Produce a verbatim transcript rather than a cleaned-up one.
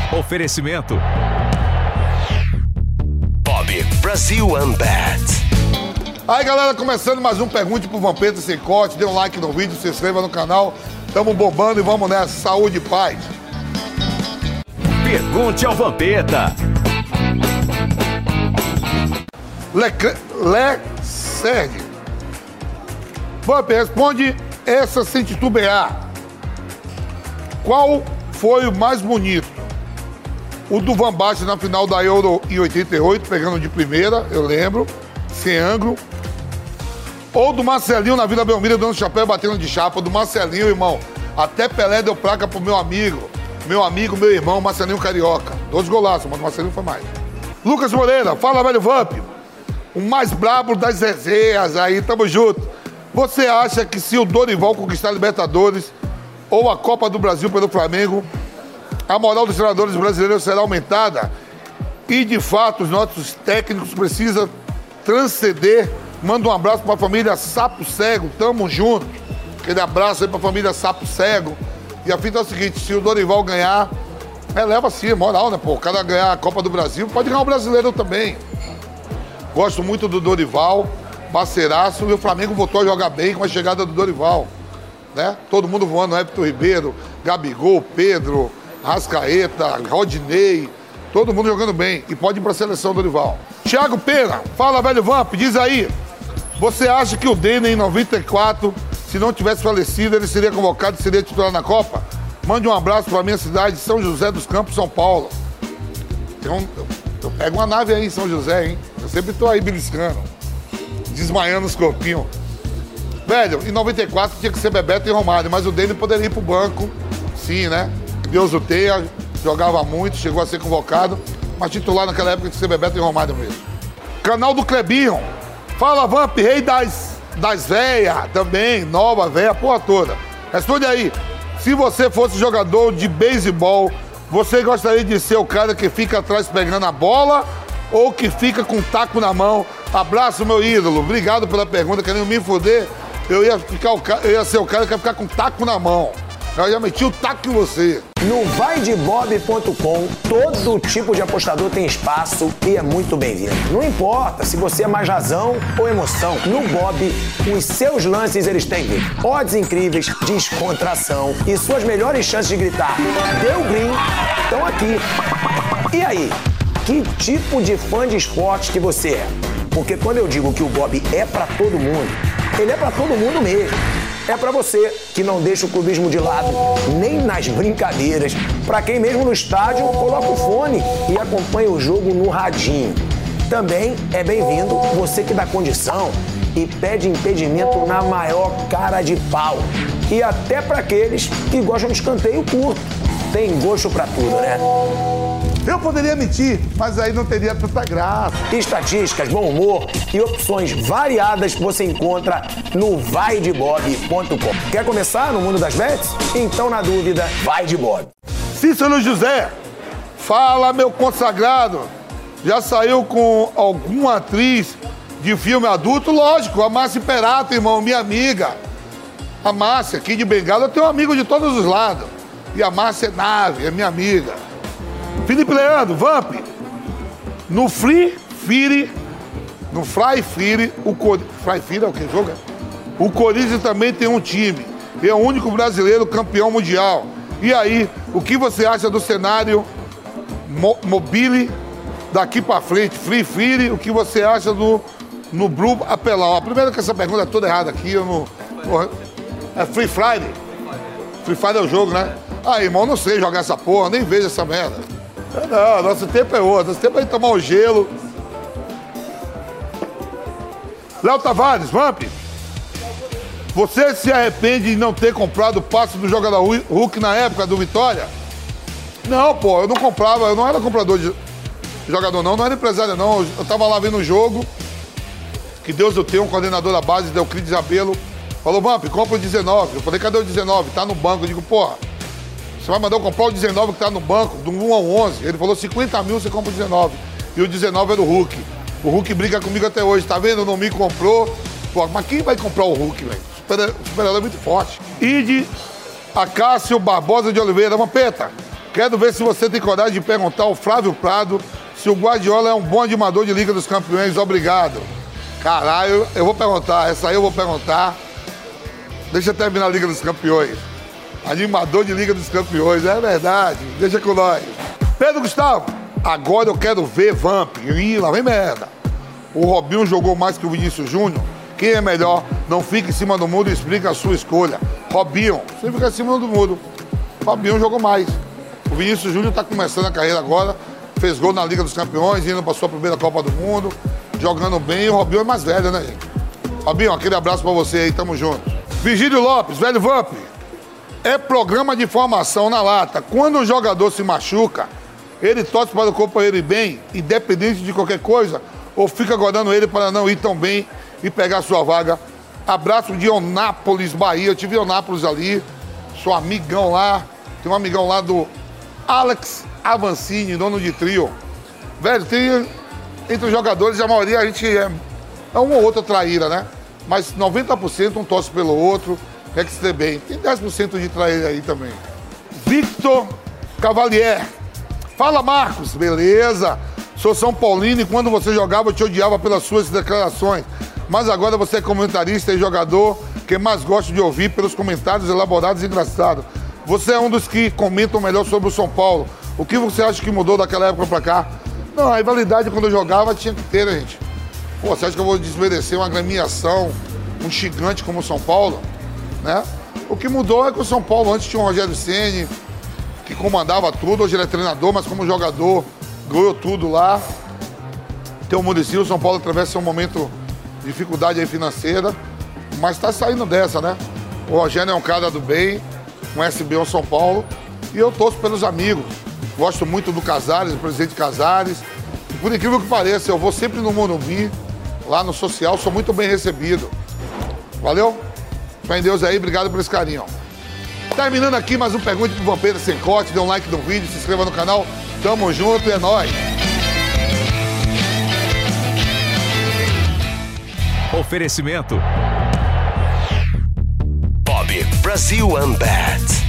Oferecimento Bob Brasil Unbat. Aí, galera, começando mais um Pergunte pro Vampeta Sem Corte. Dê um like no vídeo, se inscreva no canal. Tamo bombando e vamos nessa. Saúde e paz. Pergunte ao Vampeta. Lecre... Le Sérgio. Vamp, responde essa sem titubear. Qual foi o mais bonito? O do Van Basten na final da Euro em oitenta e oito, pegando de primeira, eu lembro, sem ângulo. Ou do Marcelinho na Vila Belmiro, dando chapéu e batendo de chapa. Do Marcelinho, irmão. Até Pelé deu placa pro meu amigo. Meu amigo, meu irmão, Marcelinho Carioca. Dois golaços, mas o Marcelinho foi mais. Lucas Moreira, fala, velho Vamp. O mais brabo das resenhas aí, tamo junto. Você acha que se o Dorival conquistar a Libertadores ou a Copa do Brasil pelo Flamengo, a moral dos treinadores brasileiros será aumentada? E, de fato, os nossos técnicos precisam transcender. Manda um abraço pra família Sapo Cego, tamo junto. Aquele abraço aí pra família Sapo Cego. E a fita é o seguinte, se o Dorival ganhar, é, leva sim, moral, né, pô? O cara ganhar a Copa do Brasil, pode ganhar o brasileiro também. Gosto muito do Dorival, parceiraço, e o Flamengo voltou a jogar bem com a chegada do Dorival, né? Todo mundo voando, Everton Ribeiro, Gabigol, Pedro, Rascaeta, Rodinei, todo mundo jogando bem. E pode ir pra seleção do Dorival. Thiago Pena, fala, velho Vamp, diz aí. Você acha que o Denner, em noventa e quatro, se não tivesse falecido, ele seria convocado e seria titular na Copa? Mande um abraço pra minha cidade, São José dos Campos, São Paulo. Tem um, eu, eu pego uma nave aí em São José, hein? Eu sempre tô aí beliscando, desmaiando os corpinhos. Velho, em noventa e quatro tinha que ser Bebeto e Romário, mas o Denner poderia ir pro banco, sim, né? Deus o tenha, jogava muito, chegou a ser convocado, mas titular naquela época tinha que ser Bebeto e Romário mesmo. Canal do Clebinho. Fala, Vamp, rei das, das véias também, nova véia, porra toda. Responde aí, se você fosse jogador de beisebol, você gostaria de ser o cara que fica atrás pegando a bola ou que fica com o taco na mão? Abraço, meu ídolo. Obrigado pela pergunta, querendo me foder. Eu ia, ficar o, eu ia ser o cara que ia ficar com o taco na mão. Eu já meti o taco em você. No vai de bob ponto com, todo tipo de apostador tem espaço e é muito bem-vindo. Não importa se você é mais razão ou emoção. No Bob, os seus lances eles têm odds incríveis, descontração e suas melhores chances de gritar deu green estão aqui. E aí, que tipo de fã de esportes que você é? Porque quando eu digo que o Bob é pra todo mundo, ele é pra todo mundo mesmo. É pra você que não deixa o clubismo de lado, nem nas brincadeiras. Pra quem mesmo no estádio coloca o fone e acompanha o jogo no radinho. Também é bem-vindo você que dá condição e pede impedimento na maior cara de pau. E até pra aqueles que gostam de escanteio curto. Tem gosto pra tudo, né? Eu poderia mentir, mas aí não teria tanta graça. Estatísticas, bom humor e opções variadas você encontra no vai de bob ponto com. Quer começar no mundo das bets? Então, na dúvida, vai de Bob. Cícero José, fala, meu consagrado. Já saiu com alguma atriz de filme adulto? Lógico, a Márcia Imperato, irmão, minha amiga. A Márcia, aqui de Bengala, eu tenho um amigo de todos os lados. E a Márcia é nave, é minha amiga. Felipe Leandro, Vamp, no Free Fire, no Fly Fire, o Corinthians, Fly Fire é o que joga? O Corinthians também tem um time, é o único brasileiro campeão mundial. E aí, o que você acha do cenário mo mobile daqui pra frente, Free Fire, o que você acha do no Blue Apelão? A primeira que essa pergunta é toda errada aqui, eu não... É Free Friday? Free Fire é o jogo, né? Ah, irmão, não sei jogar essa porra, nem vejo essa merda. Não, nosso tempo é outro, nosso tempo é de tomar o gelo. Léo Tavares, Vamp, você se arrepende de não ter comprado o passe do jogador Hulk na época do Vitória? Não, pô, eu não comprava, eu não era comprador de jogador não, não era empresário não. Eu tava lá vendo um jogo, que Deus eu tenho, um coordenador da base, Deoclides Abelo, falou, Vamp, compra o dezenove. Eu falei, cadê o dezenove? Tá no banco. Eu digo, porra, você vai mandar eu comprar o dezenove que tá no banco, do um ao onze. Ele falou, cinquenta mil você compra o dezenove. E o dezenove era o Hulk. O Hulk briga comigo até hoje, tá vendo? Não me comprou. Pô, mas quem vai comprar o Hulk, velho? O super-herói é muito forte. E de Acácio Barbosa de Oliveira, Vampeta, Quero ver se você tem coragem de perguntar ao Flávio Prado se o Guardiola é um bom animador de Liga dos Campeões. Obrigado. Caralho, eu vou perguntar. Essa aí eu vou perguntar. Deixa eu terminar a Liga dos Campeões. Animador de Liga dos Campeões, é verdade. Deixa com nós. Pedro Gustavo, agora eu quero ver Vamp. Ih, lá vem merda. O Robinho jogou mais que o Vinícius Júnior. Quem é melhor? Não fique em cima do muro e explica a sua escolha. Robinho, você fica em cima do muro. Robinho jogou mais. O Vinícius Júnior está começando a carreira agora. Fez gol na Liga dos Campeões, indo para a sua primeira Copa do Mundo. Jogando bem. E o Robinho é mais velho, né, gente? Robinho, aquele abraço para você aí. Tamo junto. Virgílio Lopes, velho Vamp. É programa de formação na lata. Quando o jogador se machuca, ele torce para o companheiro ir bem, independente de qualquer coisa, ou fica aguardando ele para não ir tão bem e pegar sua vaga. Abraço de Onápolis, Bahia. Eu tive em Onápolis ali, sou amigão lá. Tem um amigão lá do Alex Avancini, dono de trio. Velho, tem entre os jogadores, a maioria a gente é, é um ou outro traíra, né? Mas noventa por cento um torce pelo outro, quer que se dê bem. Tem dez por cento de traíra aí também. Victor Cavalier. Fala, Marcos. Beleza. Sou São Paulino e quando você jogava eu te odiava pelas suas declarações. Mas agora você é comentarista e jogador que mais gosto de ouvir pelos comentários elaborados e engraçados. Você é um dos que comentam melhor sobre o São Paulo. O que você acha que mudou daquela época pra cá? Não, a rivalidade quando eu jogava tinha que ter, né, gente? Pô, você acha que eu vou desmerecer uma agremiação, um gigante como o São Paulo? Né? O que mudou é que o São Paulo antes tinha o Rogério Ceni, que comandava tudo, hoje ele é treinador, mas como jogador ganhou tudo lá. Tem o Muricy, o São Paulo atravessa um momento de dificuldade aí financeira, mas está saindo dessa, né? O Rogério é um cara do bem, conhece bem o São Paulo, e eu torço pelos amigos. Gosto muito do Casares, do presidente Casares. E por incrível que pareça, eu vou sempre no Morumbi, lá no social, sou muito bem recebido. Valeu? Fé em Deus aí, obrigado por esse carinho. Terminando aqui mais um Pergunte pro Vampeta Sem Corte, dê um like no vídeo, se inscreva no canal. Tamo junto, é nóis. Oferecimento Bob Brasil Unbat.